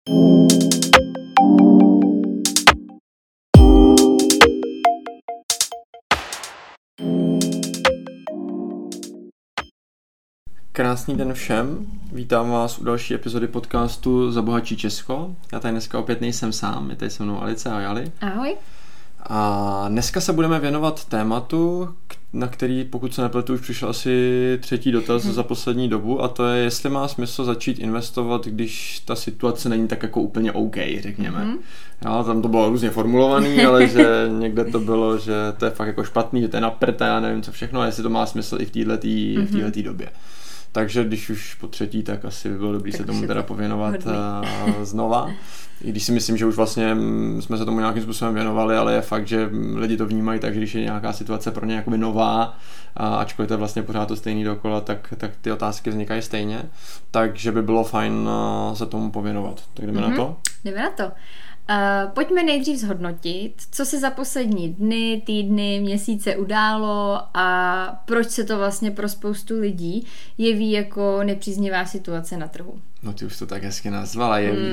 Krásný den všem, vítám vás u další epizody podcastu Zabohatí Česko. Já tady dneska opět nejsem sám, je tady se mnou Alice a Jali. Ahoj. A dneska se budeme věnovat tématu, na který, pokud se nepletu, už přišel asi třetí dotaz za poslední dobu, a to je, jestli má smysl začít investovat, když ta situace není tak jako úplně OK, řekněme. Já, tam to bylo různě formulovaný, ale že někde to bylo, že to je fakt jako špatný, že to je na prd a já nevím co všechno, a jestli to má smysl i v této době. Takže když už po třetí, tak asi by bylo dobré se tomu teda pověnovat znova. I když si myslím, že už vlastně jsme se tomu nějakým způsobem věnovali, ale je fakt, že lidi to vnímají tak, že když je nějaká situace pro ně jakoby nová, ačkoliv to je vlastně pořád to stejný dokola, tak ty otázky vznikají stejně. Takže by bylo fajn se tomu pověnovat. Tak jdeme na to? Jdeme na to. Pojďme nejdřív zhodnotit, co se za poslední dny, týdny, měsíce událo a proč se to vlastně pro spoustu lidí jeví jako nepříznivá situace na trhu. No ty už to tak hezky nazvala, jeví.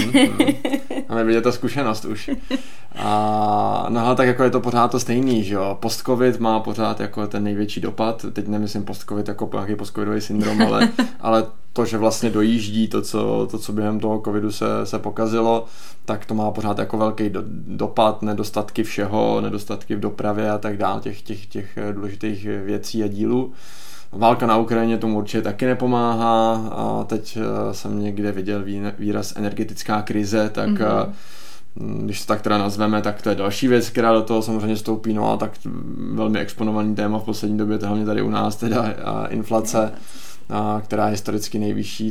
Máme vidět ta zkušenost už. No tak jako je to pořád to stejný, že jo. Post-covid má pořád jako ten největší dopad. Teď nemyslím post-covid jako nějaký post-covidový syndrom, ale to, že vlastně dojíždí to, co během toho covidu se pokazilo, tak to má pořád jako velký dopad, nedostatky všeho, nedostatky v dopravě a tak dále, těch důležitých věcí a dílů. Válka na Ukrajině tomu určitě taky nepomáhá. A teď jsem někde viděl výraz energetická krize, tak když to tak teda nazveme, tak to je další věc, která do toho samozřejmě stoupí. No a tak velmi exponovaný téma v poslední době, to hlavně tady u nás, teda inflace, která je historicky nejvyšší,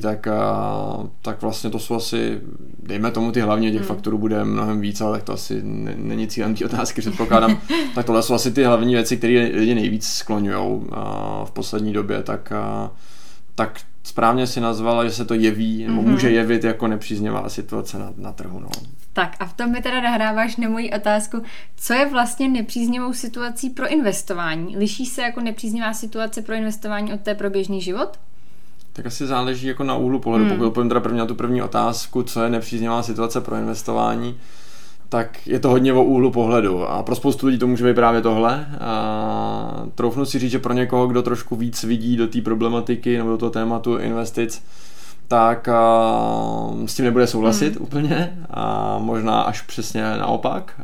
tak vlastně to jsou asi, dejme tomu ty hlavně, těch faktorů bude mnohem víc, ale tak to asi není cílem té otázky, předpokládám. Tak tohle jsou asi ty hlavní věci, které lidi nejvíc skloňujou v poslední době, tak správně si nazvala, že se to jeví, nebo může jevit jako nepříznivá situace na trhu. No. Tak a v tom mi teda nahráváš na moji otázku, co je vlastně nepříznivou situací pro investování? Liší se jako nepříznivá situace pro investování od té pro běžný život? Tak asi záleží jako na úhlu pohledu. Pokud odpovím teda první na tu první otázku, co je nepříznivá situace pro investování, tak je to hodně o úhlu pohledu a pro spoustu lidí to může být právě tohle. A troufnu si říct, že pro někoho, kdo trošku víc vidí do té problematiky nebo do toho tématu investic, tak s tím nebude souhlasit úplně a možná až přesně naopak.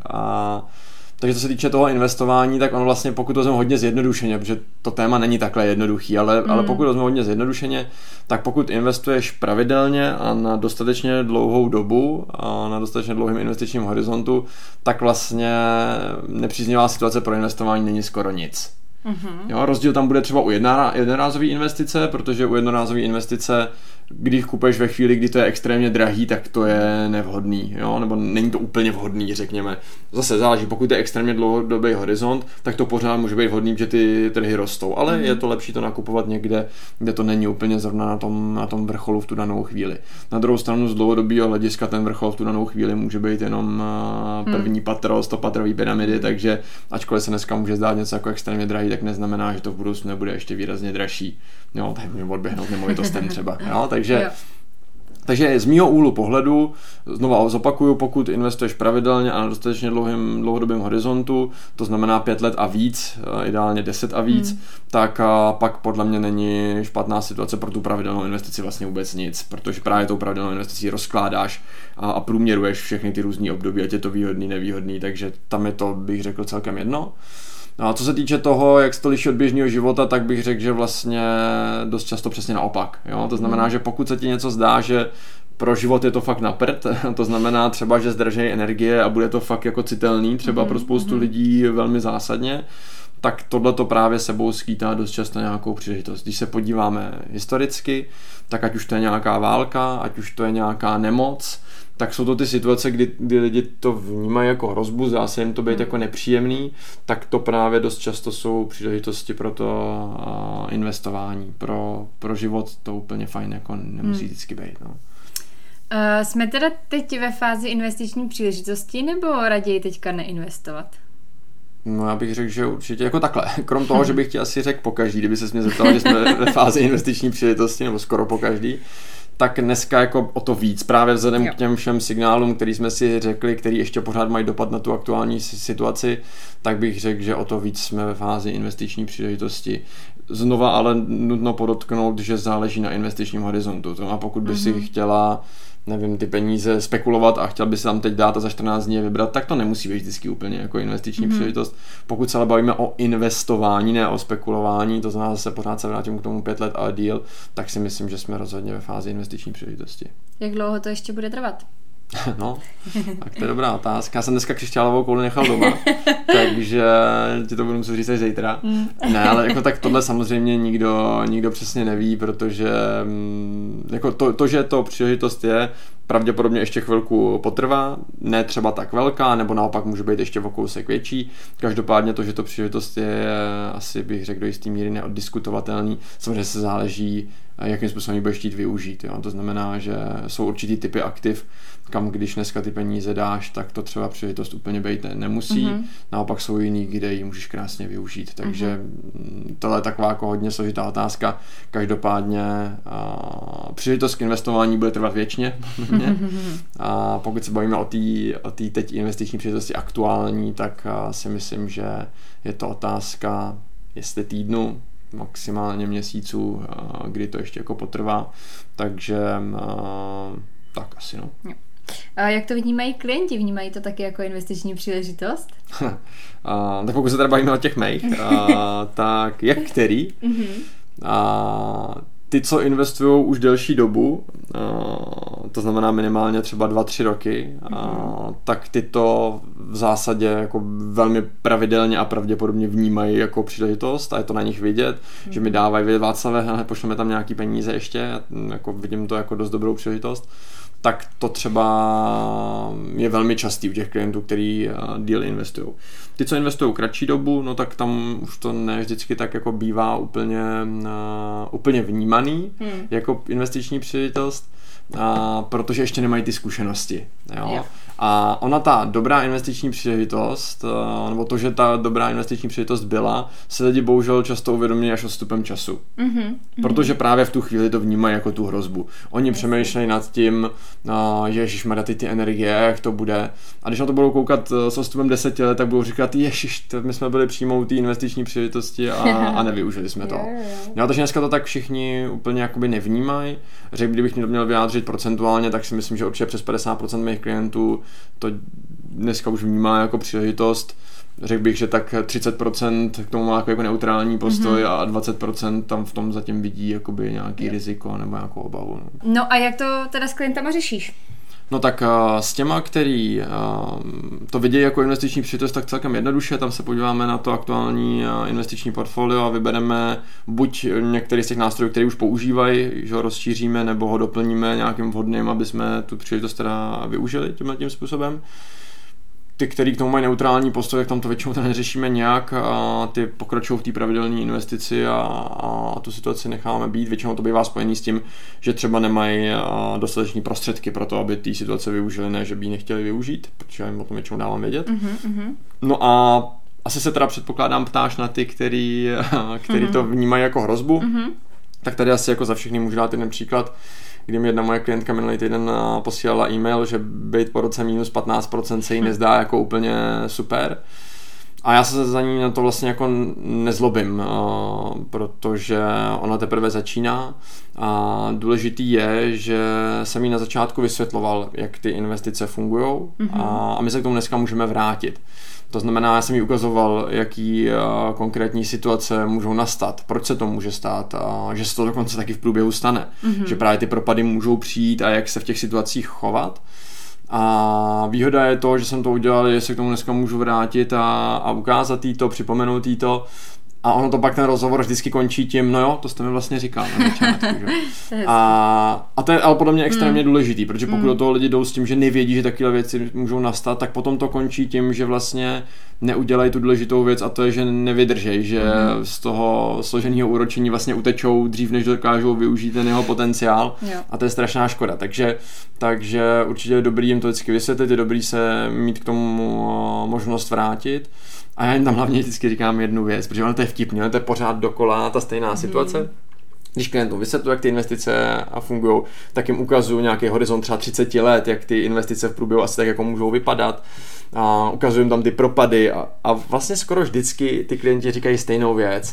Takže co se týče toho investování, tak ono vlastně, pokud to vezmu hodně zjednodušeně, protože to téma není takhle jednoduchý, ale pokud to vezmu hodně zjednodušeně, tak pokud investuješ pravidelně a na dostatečně dlouhou dobu a na dostatečně dlouhém investičním horizontu, tak vlastně nepříznivá situace pro investování není skoro nic. Jo, rozdíl tam bude třeba u jednorázové investice, protože u jednorázové investice, když kupuješ ve chvíli, kdy to je extrémně drahý, tak to je nevhodný, jo? Nebo není to úplně vhodný, řekněme. Zase záleží, pokud je extrémně dlouhodobý horizont, tak to pořád může být vhodný, že ty trhy rostou, ale je to lepší to nakupovat někde, kde to není úplně zrovna na tom vrcholu v tu danou chvíli. Na druhou stranu z dlouhodobého hlediska ten vrchol v tu danou chvíli může být jenom první patro 100patrový pyramidy, takže ačkoliv se dneska může zdát něco jako extrémně drahý, tak neznamená, že to v budoucnu nebude ještě výrazně dražší. Jo, tak můžeme odběhnout nemovitostem třeba. Jo, takže z mýho úhlu pohledu, znova zopakuju, pokud investuješ pravidelně a na dostatečně dlouhodobém horizontu, to znamená 5 let a víc, ideálně 10 a víc, tak pak podle mě není špatná situace pro tu pravidelnou investici vlastně vůbec nic, protože právě tou pravidelnou investicí rozkládáš a průměruješ všechny ty různý období, ať je to výhodný, nevýhodný, takže tam je to, bych řekl, celkem jedno. No a co se týče toho, jak se to liší od běžného života, tak bych řekl, že vlastně dost často přesně naopak. Jo? To znamená, že pokud se ti něco zdá, že pro život je to fakt na prd, to znamená třeba, že zdrží energie a bude to fakt jako citelný, třeba pro spoustu lidí velmi zásadně, tak tohle to právě sebou skýtá dost často nějakou příležitost. Když se podíváme historicky, tak ať už to je nějaká válka, ať už to je nějaká nemoc, tak jsou to ty situace, kdy lidi to vnímají jako hrozbu, zdá se jim to být jako nepříjemný, tak to právě dost často jsou příležitosti pro to investování. Pro život to úplně fajn jako nemusí vždycky být. No. Jsme teda teď ve fázi investiční příležitosti nebo raději teďka neinvestovat? No já bych řekl, že určitě jako takhle. Krom toho, že bych ti asi řekl pokaždý, kdyby ses mě zeptal, že jsme ve fázi investiční příležitosti, nebo skoro pokaždý, tak dneska jako o to víc, právě vzhledem k těm všem signálům, který jsme si řekli, který ještě pořád mají dopad na tu aktuální situaci, tak bych řekl, že o to víc jsme ve fázi investiční příležitosti. Znova ale nutno podotknout, že záleží na investičním horizontu. A pokud by si chtěla, nevím, ty peníze spekulovat a chtěl by si tam teď dát a za 14 dní je vybrat, tak to nemusí být vždycky úplně jako investiční příležitost. Pokud se ale bavíme o investování, ne o spekulování, to znamená, že pořád se vrátím k tomu 5 let, ale díl, tak si myslím, že jsme rozhodně ve fázi investiční příležitosti. Jak dlouho to ještě bude trvat? No, tak to je dobrá otázka. Já jsem dneska křišťálovou kouli nechal doma, takže ti to budu muset říct až zítra. Ne, ale jako tak tohle samozřejmě nikdo přesně neví, protože jako to, že to příležitost je, pravděpodobně ještě chvilku potrvá, ne třeba tak velká, nebo naopak může být ještě o kousek větší. Každopádně to, že to příležitost je, asi bych řekl do jistý míry neoddiskutovatelný. Samozřejmě se záleží, jakým způsobem ji budeš chtít využít. Jo. To znamená, že jsou určitý typy aktiv, kam když dneska ty peníze dáš, tak to třeba příležitost úplně být nemusí. Naopak jsou jiný, kde ji můžeš krásně využít. Takže tohle je taková jako hodně složitá otázka. Každopádně příležitost k investování bude trvat věčně. A pokud se bavíme o té teď investiční příležitosti aktuální, tak si myslím, že je to otázka jestli týdnu, maximálně měsíců, kdy to ještě jako potrvá. Takže tak asi no. A jak to vnímají klienti? Vnímají to taky jako investiční příležitost? Tak pokud se teda bavíme o těch mých, tak jak který? Ty, co investují už delší dobu, to znamená minimálně třeba 2-3 roky, tak ty to v zásadě jako velmi pravidelně a pravděpodobně vnímají jako příležitost a je to na nich vidět, že mi dávají vědět: Václave, hele, pošleme tam nějaký peníze ještě, jako vidím to jako dost dobrou příležitost. Tak to třeba je velmi častý u těch klientů, který díl investují. Ty, co investují kratší dobu, no tak tam už to ne vždycky tak jako bývá úplně vnímaný jako investiční příležitost, protože ještě nemají ty zkušenosti. Jo? A ona ta dobrá investiční příležitost, nebo to, že ta dobrá investiční příležitost byla, se lidi bohužel často uvědomí až odstupem času. Protože právě v tu chvíli to vnímají jako tu hrozbu. Oni přemýšlejí nad tím, že ježišmarja, ty energie, jak to bude. A když na to budou koukat s odstupem 10 let, tak budou říkat: ježiš, my jsme byli přímou té investiční příležitosti a nevyužili jsme to. Jo, takže dneska to tak všichni úplně jakoby nevnímají. Řekl, kdybych měl vyjádřit procentuálně, tak si myslím, že určitě přes 50% mých klientů to dneska už vnímá jako příležitost. Řekl bych, že tak 30% k tomu má jako neutrální postoj a 20% tam v tom zatím vidí jakoby nějaký riziko nebo nějakou obavu. No a jak to teda s klientama řešíš? No tak s těma, který to vidějí jako investiční příležitost, tak celkem jednoduše, tam se podíváme na to aktuální investiční portfolio a vybereme buď některý z těch nástrojů, který už používají, že ho rozšíříme nebo ho doplníme nějakým vhodným, aby jsme tu příležitost teda využili tím způsobem. Ty, který k tomu mají neutrální postoj, tak tam to většinou neřešíme nějak, a ty pokračují v té pravidelné investici a tu situaci necháme být. Většinou to bývá spojený s tím, že třeba nemají dostatečné prostředky pro to, aby ty situace využili, ne že by ji nechtěli využít, protože já jim o tom většinou dávám vědět. No a asi se teda předpokládám ptáš na ty, který to vnímají jako hrozbu. Tak tady asi jako za všechny můžu dát jeden příklad, kdy mi jedna moje klientka minulý týden posílala e-mail, že být po roce minus 15% se jí nezdá jako úplně super. A já se za ní na to vlastně jako nezlobím, protože ona teprve začíná a důležitý je, že jsem jí na začátku vysvětloval, jak ty investice fungujou a my se k tomu dneska můžeme vrátit. To znamená, já jsem jí ukazoval, jaký konkrétní situace můžou nastat, proč se to může stát a že se to dokonce taky v průběhu stane. Že právě ty propady můžou přijít a jak se v těch situacích chovat. A výhoda je to, že jsem to udělal, že se k tomu dneska můžu vrátit a ukázat jí to, připomenout jí to. A ono to pak ten rozhovor vždycky končí tím: no jo, to jste mi vlastně říkal na začátku. Že? A to je ale podle mě extrémně důležitý, protože pokud do toho lidi jdou s tím, že nevědí, že takové věci můžou nastat, tak potom to končí tím, že vlastně neudělají tu důležitou věc, a to je, že nevydržej, že z toho složeného úročení vlastně utečou dřív, než dokážou využít ten jeho potenciál. Jo. A to je strašná škoda. Takže určitě je dobrý jim to vždycky vysvětlit, je dobrý se mít k tomu možnost vrátit. A já jim tam hlavně vždycky říkám jednu věc, protože ono to je vtipný, ono to je pořád dokola ta stejná situace. Když klientům vysvětluji, jak ty investice fungují, tak jim ukazuju nějaký horizont třeba 30 let, jak ty investice v průběhu asi tak jako můžou vypadat. A ukazuju jim tam ty propady a vlastně skoro vždycky ty klienti říkají stejnou věc.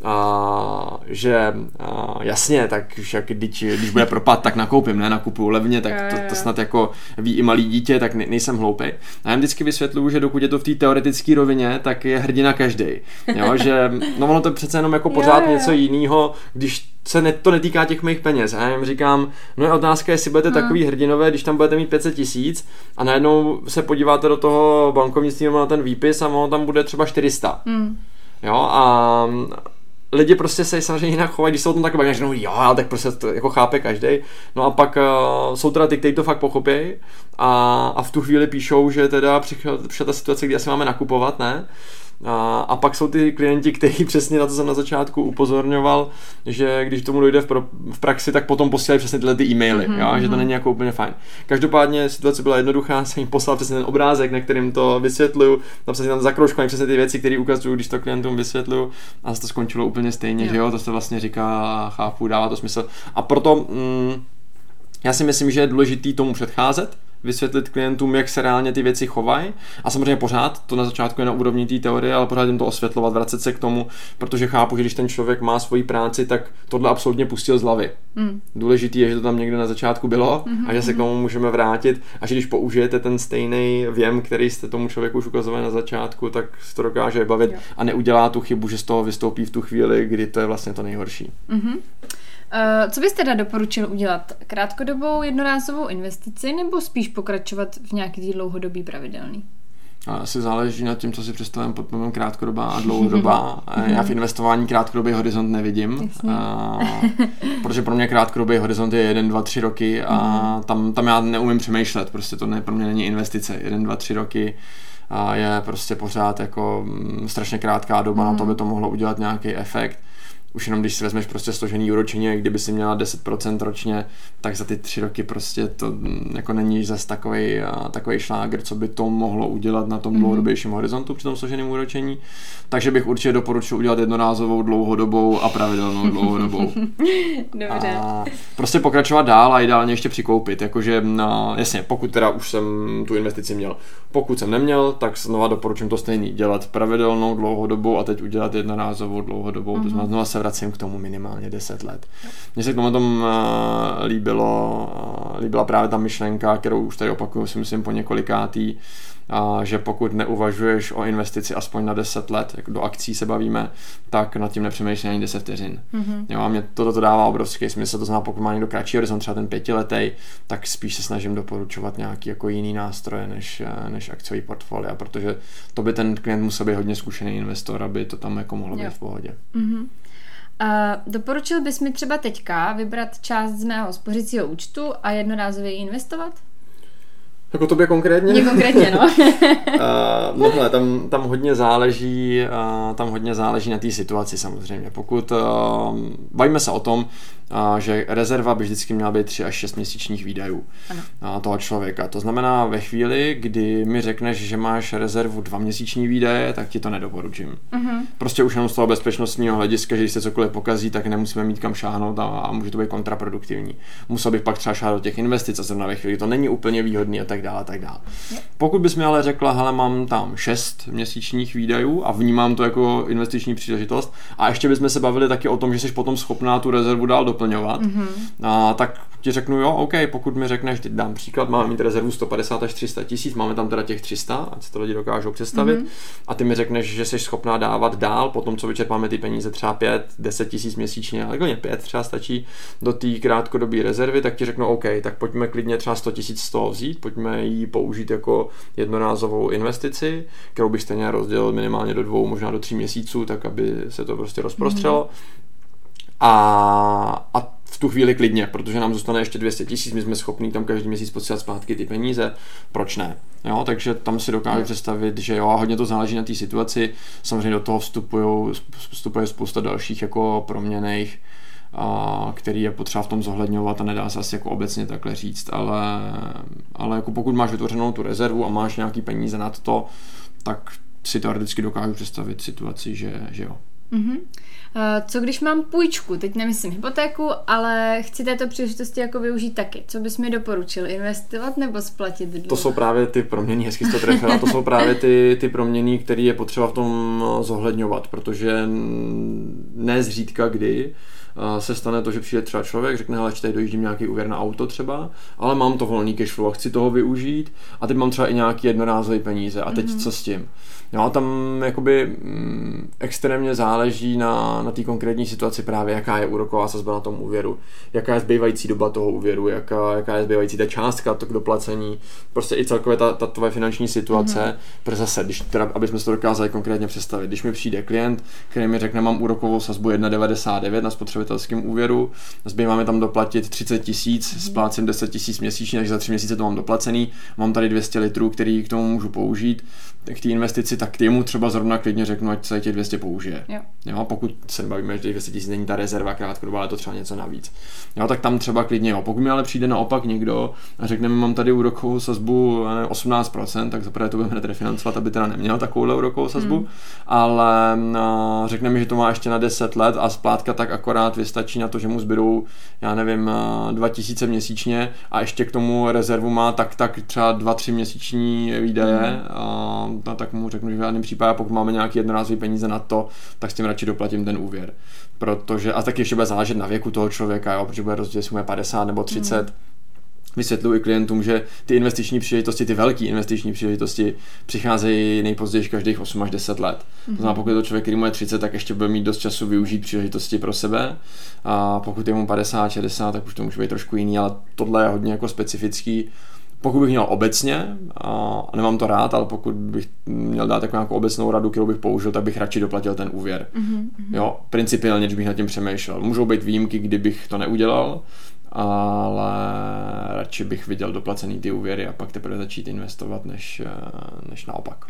Že jasně, tak když bude propad, tak nakoupím, ne, nakupuju levně, tak to snad jako ví i malý dítě, tak nejsem hloupej. A já jim vždycky vysvětluju, že dokud je to v té teoretické rovině, tak je hrdina každej. Jo, že no ono to přece jenom jako pořád něco jiného, když se to netýká těch mých peněz. A já jim říkám, no je otázka, jestli budete takový hrdinové, když tam budete mít 500 000 a najednou se podíváte do toho bankovnictví na ten výpis a ono tam bude třeba 400. Jo, a lidi prostě se samozřejmě jinak chovají, když se o tom tak baví, že no jo, tak prostě to jako chápe každej. No a pak jsou teda ty, kteří to fakt pochopí a v tu chvíli píšou, že teda přišla ta situace, kdy asi máme nakupovat, ne? A pak jsou ty klienti, kteří přesně na to jsem na začátku upozorňoval, že když tomu dojde v praxi, tak potom posílají přesně tyhle ty e-maily, že to není jako úplně fajn. Každopádně situace byla jednoduchá, jsem jim poslal přesně ten obrázek, na kterým to vysvětluju, napsal tam zakroužkovaný přesně ty věci, které ukazuju, když to klientům vysvětluju a to skončilo úplně stejně, že jo, to se vlastně říká, chápu, dává to smysl. A proto já si myslím, že je důležitý tomu předcházet, vysvětlit klientům, jak se reálně ty věci chovají a samozřejmě pořád, to na začátku je na úrovni té teorie, ale pořád jim to osvětlovat, vracet se k tomu, protože chápu, že když ten člověk má svoji práci, tak tohle absolutně pustil z hlavy. Důležitý je, že to tam někde na začátku bylo a že se k tomu můžeme vrátit a že když použijete ten stejný věm, který jste tomu člověku už ukazovali na začátku, tak se to dokáže bavit a neudělá tu chybu, že z toho vystoupí v tu chvíli, kdy to je vlastně to nejhorší. Co byste teda doporučil udělat? Krátkodobou jednorázovou investici nebo spíš pokračovat v nějaký dlouhodobý pravidelný? Asi záleží na tím, co si představím pod pojmem krátkodobá a dlouhodobá. Já v investování krátkodobý horizont nevidím, protože pro mě krátkodobý horizont je 1, 2, 3 roky a tam já neumím přemýšlet, prostě to pro mě není investice. 1, 2, 3 roky je prostě pořád jako strašně krátká doba na to, by to mohlo udělat nějaký efekt. Už jenom když si vezmeš prostě složený úročení, kdyby si měla 10% ročně, tak za ty 3 roky prostě to jako není zas takovej šlágr, co by to mohlo udělat na tom dlouhodobějším horizontu při tom složeném úročení. Takže bych určitě doporučil udělat jednorázovou, dlouhodobou a pravidelnou dlouhodobou. Dobře. A prostě pokračovat dál a ideálně ještě přikoupit. Jakože, jasně, pokud teda už jsem tu investici měl. Pokud jsem neměl, tak znova doporučím to stejný. Dělat pravidelnou, dlouhodobou a teď udělat jednorázovou, dlouhodobou. To znamená, znova se vracím k tomu minimálně 10 let. Mně se k tomu tom líbila právě ta myšlenka, kterou už tady opakuju, si myslím po několikátý, že pokud neuvažuješ o investici aspoň na 10 let, jak do akcí se bavíme, tak nad tím nepřemýšlí ani 10 vteřin. Jo, a mě toto dává obrovský smysl, to znamená, pokud má někdo kratší horizont, třeba ten 5letý, tak spíš se snažím doporučovat nějaký jako jiný nástroje než akciový portfolia, protože to by ten klient musel být hodně zkušený investor, aby to tam jako mohlo být v pohodě. Doporučil bys mi třeba teďka vybrat část z mého spořicího účtu a jednorázově investovat? Jako tobě konkrétně? Mně konkrétně, no. No hele, tam hodně záleží na té situaci samozřejmě. Pokud bavíme se o tom, že rezerva by vždycky měla být 3 až 6 měsíčních výdajů toho člověka. To znamená, ve chvíli, kdy mi řekneš, že máš rezervu 2 měsíční výdaje, tak ti to nedoporučím. Prostě už jenom z toho bezpečnostního hlediska, že když se cokoliv pokazí, tak nemusíme mít kam šáhnout a může to být kontraproduktivní. Musel bych pak třeba šáhat do těch investic a zrovna ve chvíli to není úplně výhodný a tak dále. Pokud bys mi ale řekla, hele, mám tam 6 měsíčních výdajů a vnímám to jako investiční příležitost a ještě bychom se bavili taky o tom, že jsi potom schopná tu rezervu dál doplňovat, tak ti řeknu, jo, OK, pokud mi řekneš, teď dám příklad, máme mít rezervu 150 až 300 tisíc, máme tam teda těch 300, ať si to lidi dokážou představit, a ty mi řekneš, že jsi schopná dávat dál, potom co vyčerpáme ty peníze třeba 5-10 tisíc měsíčně, ale klidně 5 třeba stačí do té krátkodobé rezervy, tak ti řeknu, OK, tak pojďme klidně třeba 100 tisíc z toho vzít, pojďme ji použít jako jednorázovou investici, kterou bych stejně rozdělil minimálně do 2, možná do 3 měsíců, tak aby se to prostě rozprostřelo. A v tu chvíli klidně, protože nám zůstane ještě 200 tisíc, my jsme schopní tam každý měsíc posílat zpátky ty peníze, proč ne? Jo, takže tam si dokážu představit, že jo, a hodně to záleží na té situaci, samozřejmě do toho vstupuje spousta dalších jako proměnných, který je potřeba v tom zohledňovat a nedá se asi jako obecně takhle říct, ale jako pokud máš vytvořenou tu rezervu a máš nějaký peníze na to, tak si teoreticky dokážu představit situaci, že jo. Co když mám půjčku, teď nemyslím hypotéku, ale chci této příležitosti jako využít taky. Co bys mi doporučil, investovat nebo splatit dluh? To jsou právě ty proměny, hezky jsi to trefila, to jsou právě ty proměny, které je potřeba v tom zohledňovat, protože nezřídka kdy se stane to, že přijde třeba člověk, řekne, hele, tady dojíždím nějaký úvěr na auto třeba, ale mám to volný cashflow a chci toho využít a teď mám třeba i nějaký jednorázový peníze a teď co s tím? No a tam jakoby extrémně záleží na té konkrétní situaci právě, jaká je úroková sazba na tom úvěru, jaká je zbývající doba toho úvěru, jaká je zbývající ta částka k doplacení, prostě i celkově ta tvoje finanční situace, protože zase, když teda, aby jsme si to dokázali konkrétně představit, když mi přijde klient, který mi řekne, mám úrokovou sazbu 1,99 na spotřebitelském úvěru, zbývá mi tam doplatit 30 000, splácím 10 000 měsíčně, takže za 3 měsíce to mám doplacený, mám tady 200 litrů, který k tomu můžu použít, k té investici, tak k němu třeba zrovna klidně řeknu, ať se těch 200 použije. Jo, pokud se bavíme, že těch 200 000 není ta rezerva krátkodobá, ale to třeba něco navíc. Jo, tak tam třeba klidně, jo. Pokud mi ale přijde naopak někdo a řekne mi, mám tady úrokovou sazbu 18%, tak zaprvé to budeme refinancovat, aby teda neměl takovou úrokovou sazbu, ale řekne mi, že to má ještě na 10 let a splátka tak akorát vystačí na to, že mu zbydou, já nevím, 2000 měsíčně a ještě k tomu rezervu má tak třeba 2-3 měsíční výdaje, tak mu řeknu, že v žádném případě, pokud máme nějaký jednorázový peníze na to, tak s tím radši doplatím ten úvěr. Protože, a taky ještě bude záležet na věku toho člověka, jo, protože bude rozdíl, jestli mu je 50 nebo 30. Vysvětluji klientům, že ty investiční příležitosti, ty velké investiční příležitosti přicházejí nejpozději každých 8 až 10 let. To znamená, pokud je to člověk, který mu je 30, tak ještě bude mít dost času využít příležitosti pro sebe. A pokud je mu 50, 60, tak už to může být trošku jiný, ale tohle je hodně jako specifický. Pokud bych měl obecně, a nemám to rád, ale pokud bych měl dát jako nějakou obecnou radu, kterou bych použil, tak bych radši doplatil ten úvěr. Jo, principiálně, když bych nad tím přemýšlel. Můžou být výjimky, kdybych to neudělal, ale radši bych viděl doplacený ty úvěry a pak teprve začít investovat, než naopak.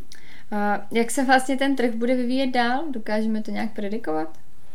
Jak se vlastně ten trh bude vyvíjet dál? Dokážeme to nějak predikovat?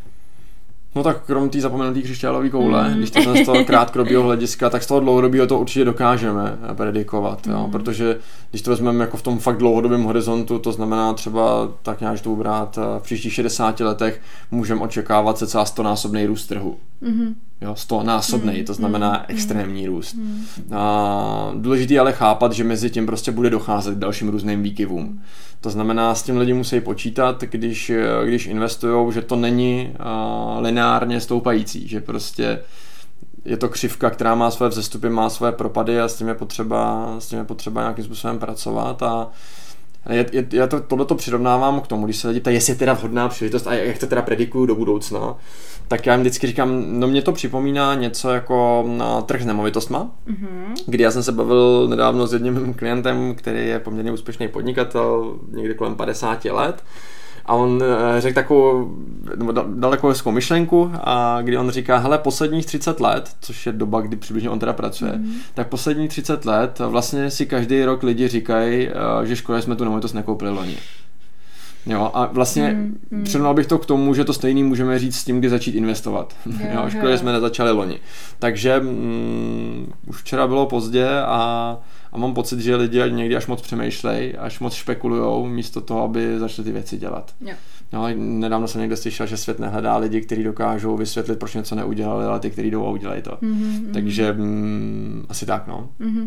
No tak krom té zapomenutý křišťálové koule, když to z toho krátkodobého hlediska, tak z toho dlouhodobého to určitě dokážeme predikovat, jo? Protože když to vezmeme jako v tom fakt dlouhodobém horizontu, to znamená třeba tak nějak, že to brát v příštích 60 letech můžeme očekávat se celá 100násobný růst trhu. Jo, 100násobný, to znamená extrémní růst. Důležitý ale chápat, že mezi tím prostě bude docházet k dalším různým výkyvům. To znamená, s tím lidi musí počítat, když investujou, že to není lineárně stoupající, že prostě je to křivka, která má své vzestupy, má své propady a s tím je potřeba nějakým způsobem pracovat a já tohleto přirovnávám k tomu, když se lidi ptají, jestli je teda vhodná příležitost a jak to teda predikuju do budoucna, tak já jim vždycky říkám, no mě to připomíná něco jako trh s nemovitostma, kdy já jsem se bavil nedávno s jedním klientem, který je poměrně úspěšný podnikatel, někde kolem 50 let, a on řekl takovou, dal takovou hezkou myšlenku, a kdy on říká, hele, posledních 30 let, což je doba, kdy přibližně on teda pracuje, tak posledních 30 let vlastně si každý rok lidi říkají, že škoda jsme tu nemovitost nekoupili loni. Jo, a vlastně přirovnal bych to k tomu, že to stejný můžeme říct s tím, kdy začít investovat. Škoda, že jsme nezačali loni. Takže už včera bylo pozdě a mám pocit, že lidi někdy až moc přemýšlej, až moc špekulujou, místo toho, aby začali ty věci dělat. Jo, nedávno jsem někde slyšel, že svět nehledá lidi, kteří dokážou vysvětlit, proč něco neudělali, ale ty, kteří jdou a udělají to. Takže asi tak, no.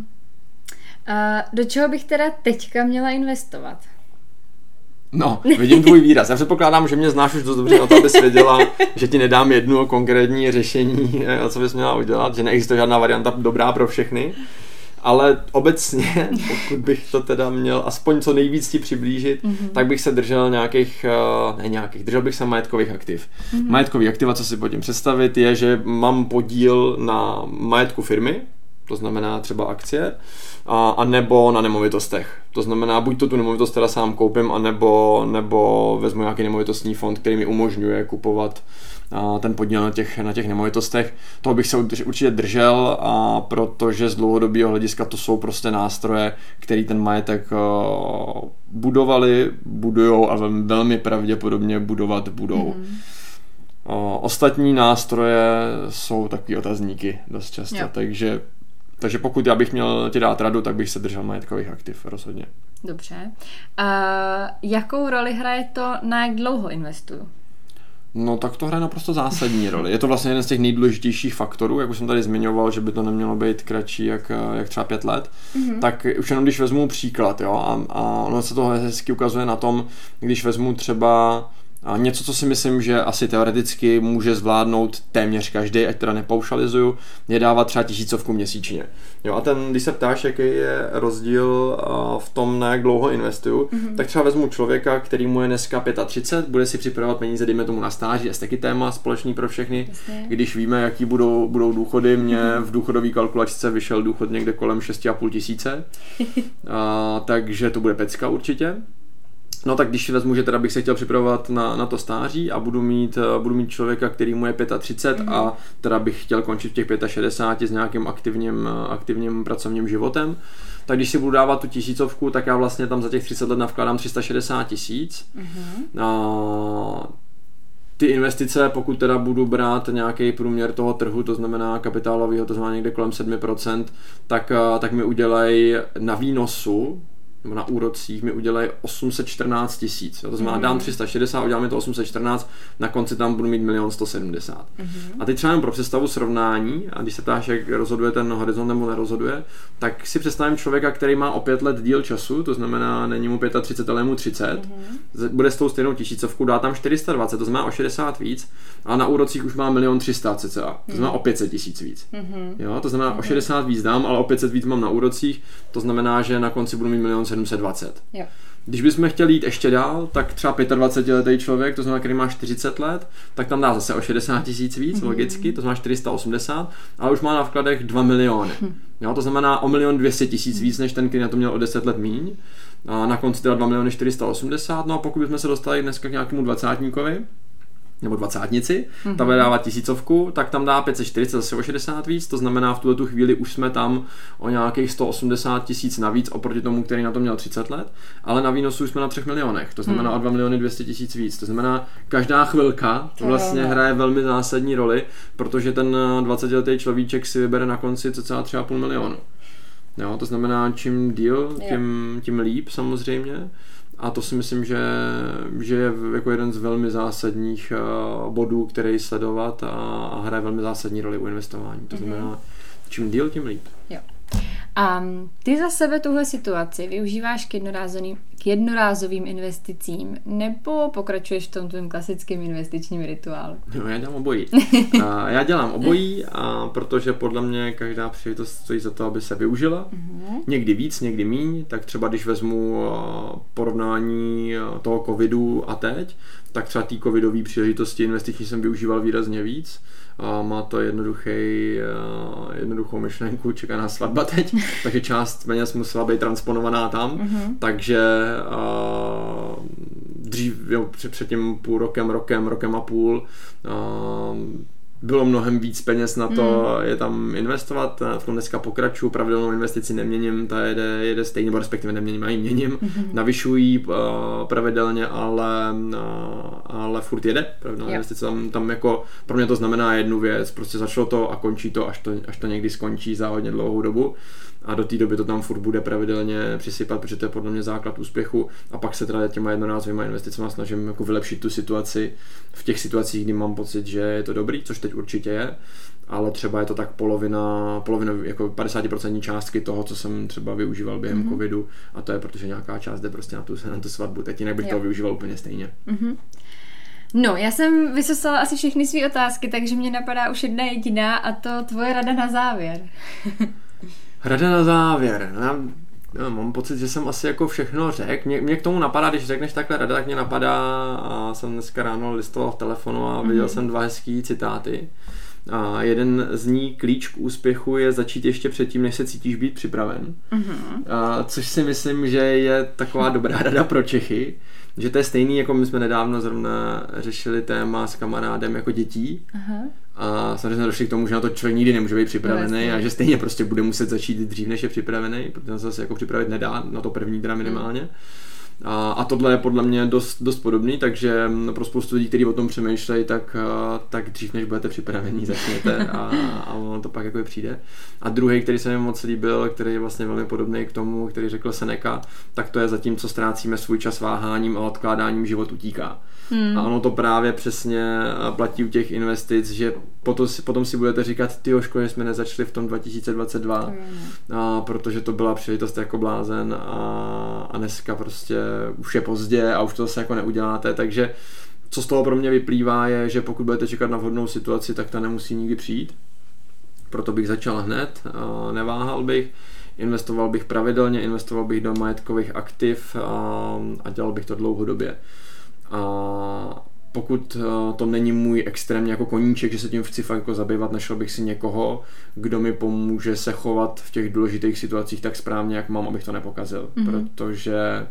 Do čeho bych teda teďka měla investovat? No, vidím tvůj výraz. Já předpokládám, že mě znáš už dost dobře na to, abys věděla, že ti nedám jedno konkrétní řešení, co bys měla udělat, že neexistuje žádná varianta dobrá pro všechny. Ale obecně, pokud bych to teda měl aspoň co nejvíc ti přiblížit, tak bych se držel držel bych se majetkových aktiv. Majetkový aktiva, co si pod tím představit, je, že mám podíl na majetku firmy, to znamená třeba akcie, a nebo na nemovitostech. To znamená, buď to tu nemovitost teda sám koupím, nebo vezmu nějaký nemovitostní fond, který mi umožňuje kupovat ten podíl na těch nemovitostech. Toho bych se určitě držel, protože z dlouhodobého hlediska to jsou prostě nástroje, který ten majetek budujou a velmi pravděpodobně budovat budou. Ostatní nástroje jsou takový otazníky dost často, takže pokud já bych měl ti dát radu, tak bych se držel majetkových aktiv rozhodně. Dobře. Jakou roli hraje to, na jak dlouho investuju? No tak to hraje naprosto zásadní roli. Je to vlastně jeden z těch nejdůležitějších faktorů, jak už jsem tady zmiňoval, že by to nemělo být kratší jak třeba 5 let. Tak už jenom když vezmu příklad, jo, a ono se to hezky ukazuje na tom, když vezmu třeba něco, co si myslím, že asi teoreticky může zvládnout téměř každý, ať teda nepaušalizuju, je dávat třeba 1000 měsíčně. Jo, a když se ptáš, jaký je rozdíl v tom, na jak dlouho investuju, tak třeba vezmu člověka, který mu je dneska 35, bude si připravovat peníze, dejme tomu na stáži, je taky téma společný pro všechny. Jasně. Když víme, jaký budou důchody, mně v důchodové kalkulačce vyšel důchod někde kolem 6500, takže to bude pecka určitě. No tak když vezmu, že teda bych se chtěl připravovat na to stáří a budu mít člověka, který mu je 35 a teda bych chtěl končit v těch 65 s nějakým aktivním pracovním životem, tak když si budu dávat tu 1000, tak já vlastně tam za těch 30 let navkládám 360 000. Ty investice, pokud teda budu brát nějaký průměr toho trhu, to znamená kapitálového, to znamená někde kolem 7%, tak mi udělají na výnosu nebo na úrocích mi udělají 814 000. To znamená, dám 360, udělám mi to 814, na konci tam budu mít 1 170 000. A teď třeba jenom pro představu srovnání, a když se ptáš, jak rozhoduje ten horizont nebo nerozhoduje, tak si představím člověka, který má o 5 let díl času, to znamená, není mu 35, ale mu 30, bude s tou stejnou 1000, dá tam 420, to znamená o 60 víc, a na úrocích už má 1 300 000 cca, to znamená o 500 000 víc. Jo, to znamená, o 60 víc dám, ale o 500 víc mám na úrocích, to znamená, že na konci budu mít 1 720 000. Jo. Když bychom chtěli jít ještě dál, tak třeba 25letý člověk, to znamená, který má 40 let, tak tam dá zase o 60 000 víc, logicky, to znamená 480, ale už má na vkladech 2 miliony. Jo, to znamená o 1 200 000 víc, než ten, který na to měl o 10 let míň. A na konci teda 2 480 000, no a pokud bychom se dostali dneska k nějakému dvacátníkovi, nebo dvacátnici, ta bude dávat 1000, tak tam dá 540, zase o 60 víc, to znamená v tuto chvíli už jsme tam o nějakých 180 000 navíc oproti tomu, který na to měl 30 let, ale na výnosu jsme na 3 milionech, to znamená o 2 200 000 víc, to znamená každá chvilka vlastně hraje velmi zásadní roli, protože ten 20letý človíček si vybere na konci cca 3,5 milionu. Jo, to znamená čím díl, tím líp samozřejmě. A to si myslím, že je jako jeden z velmi zásadních bodů, který sledovat a hraje velmi zásadní roli u investování. To znamená, čím díl, tím líp. Jo. A ty za sebe tuhle situaci využíváš k jednorázovým investicím nebo pokračuješ v tom tvém klasickém investičním rituálu? No, já dělám obojí. Já dělám obojí, protože podle mě každá příležitost stojí za to, aby se využila. Někdy víc, někdy míň, tak třeba když vezmu porovnání toho covidu a teď, tak třeba té covidové příležitosti investiční jsem využíval výrazně víc. Má to jednoduchou myšlenku, čeká nás svatba teď, takže část peněz musela být transponovaná tam, takže dřív, před tím půl rokem a půl bylo mnohem víc peněz na to je tam investovat, v tom dneska pokračuju, pravidelnou investici neměním, ta jede stejně, nebo respektive neměním, a ji měním, navyšují pravidelně, ale furt jede, pravidelná investice, tam jako pro mě to znamená jednu věc, prostě začalo to a končí to, až to někdy skončí za hodně dlouhou dobu. A do té doby to tam furt bude pravidelně přisypat, protože to je podle mě základ úspěchu, a pak se teda těma jednorázovými investicemi snažím jako vylepšit tu situaci v těch situacích, kdy mám pocit, že je to dobrý, což teď určitě je, ale třeba je to tak polovina jako 50% částky toho, co jsem třeba využíval během covidu, a to je protože nějaká část jde prostě na tu svatbu, teď jinak bych to využíval úplně stejně. No, já jsem vysosala asi všechny své otázky, takže mě napadá už jedna jediná, a to tvoje rada na závěr. Rada na závěr. Já mám pocit, že jsem asi jako všechno řekl. Mě k tomu napadá, když řekneš takhle rada, tak mě napadá, a jsem dneska ráno listoval v telefonu a viděl jsem 2 hezký citáty. A jeden z ní, klíč k úspěchu je začít ještě předtím, než se cítíš být připraven. Což si myslím, že je taková dobrá rada pro Čechy. Že to je stejný, jako my jsme nedávno zrovna řešili téma s kamarádem jako dětí. A samozřejmě jsme došli k tomu, že na to člověk nikdy nemůže být připravený a že stejně prostě bude muset začít dřív, než je připravený, protože se zase jako připravit nedá, na to první teda minimálně. A tohle je podle mě dost podobný, takže pro spoustu lidí, kteří o tom přemýšlejí, tak dřív než budete připravení, začněte a ono to pak jako přijde. A druhý, který se mi moc líbil, který je vlastně velmi podobný k tomu, který řekl Seneca, tak to je zatímco ztrácíme svůj čas váháním a odkládáním, život utíká. A ono to právě přesně platí u těch investic, že potom si budete říkat, tyjo, škoda, jsme nezačali v tom 2022, protože to byla příležitost jako blázen a dneska prostě už je pozdě a už to zase jako neuděláte, takže co z toho pro mě vyplývá je, že pokud budete čekat na vhodnou situaci, tak ta nemusí nikdy přijít. Proto bych začal hned, neváhal bych, investoval bych pravidelně, investoval bych do majetkových aktiv a dělal bych to dlouhodobě. A pokud to není můj extrémně jako koníček, že se tím chci fakt jako zabývat, našel bych si někoho, kdo mi pomůže se chovat v těch důležitých situacích tak správně, jak mám, abych to nepokazil. Protože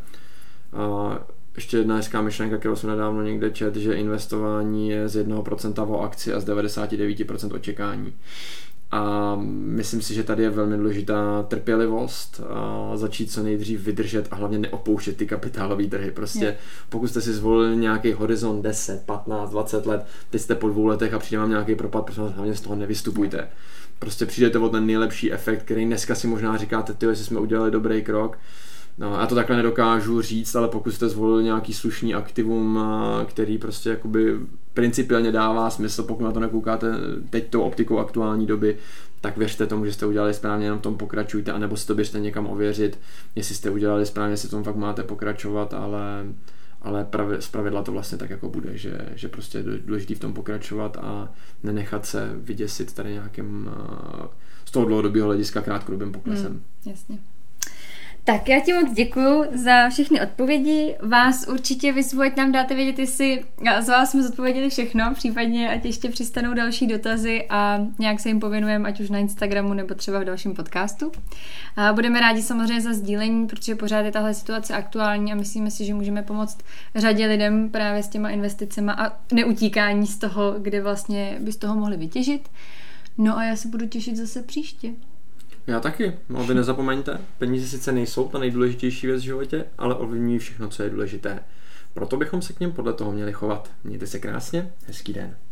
ještě jedna hezká myšlenka, kterou jsem nedávno někde čet, že investování je z 1% o akci a z 99% očekání. A myslím si, že tady je velmi důležitá trpělivost, a začít co nejdřív vydržet a hlavně neopouštět ty kapitálové trhy. Prostě pokud jste si zvolili nějaký horizont 10, 15, 20 let, teď jste po 2 letech a přijde vám nějaký propad, prostě hlavně z toho nevystupujte. Prostě přijdete o ten nejlepší efekt, který dneska si možná říkáte, ty, jestli jsme udělali dobrý krok. No, já to takhle nedokážu říct, ale pokud jste zvolili nějaký slušný aktivum, který prostě jakoby principiálně dává smysl, pokud na to nekoukáte teď tou optikou aktuální doby, tak věřte tomu, že jste udělali správně, jenom tom pokračujte, anebo si to běžte někam ověřit, jestli jste udělali správně, si tom fakt máte pokračovat, ale zpravidla to vlastně tak jako bude, že prostě je důležitý v tom pokračovat a nenechat se vyděsit tady nějakým z toho dlouhodobého hlediska krátkodobým poklesem. Jasně. Tak já ti moc děkuju za všechny odpovědi. Vás určitě vyzvu, ať nám dáte vědět, jestli z vás jsme zodpověděli všechno, případně ať ještě přistanou další dotazy a nějak se jim pověnujeme, ať už na Instagramu nebo třeba v dalším podcastu. A budeme rádi samozřejmě za sdílení, protože pořád je tahle situace aktuální a myslíme si, že můžeme pomoct řadě lidem právě s těma investicema a neutíkání z toho, kde vlastně by z toho mohli vytěžit. No a já se budu těšit zase příště. Já taky. No, vy nezapomeňte, peníze sice nejsou ta nejdůležitější věc v životě, ale ovlivňují všechno, co je důležité. Proto bychom se k něm podle toho měli chovat. Mějte se krásně, hezký den.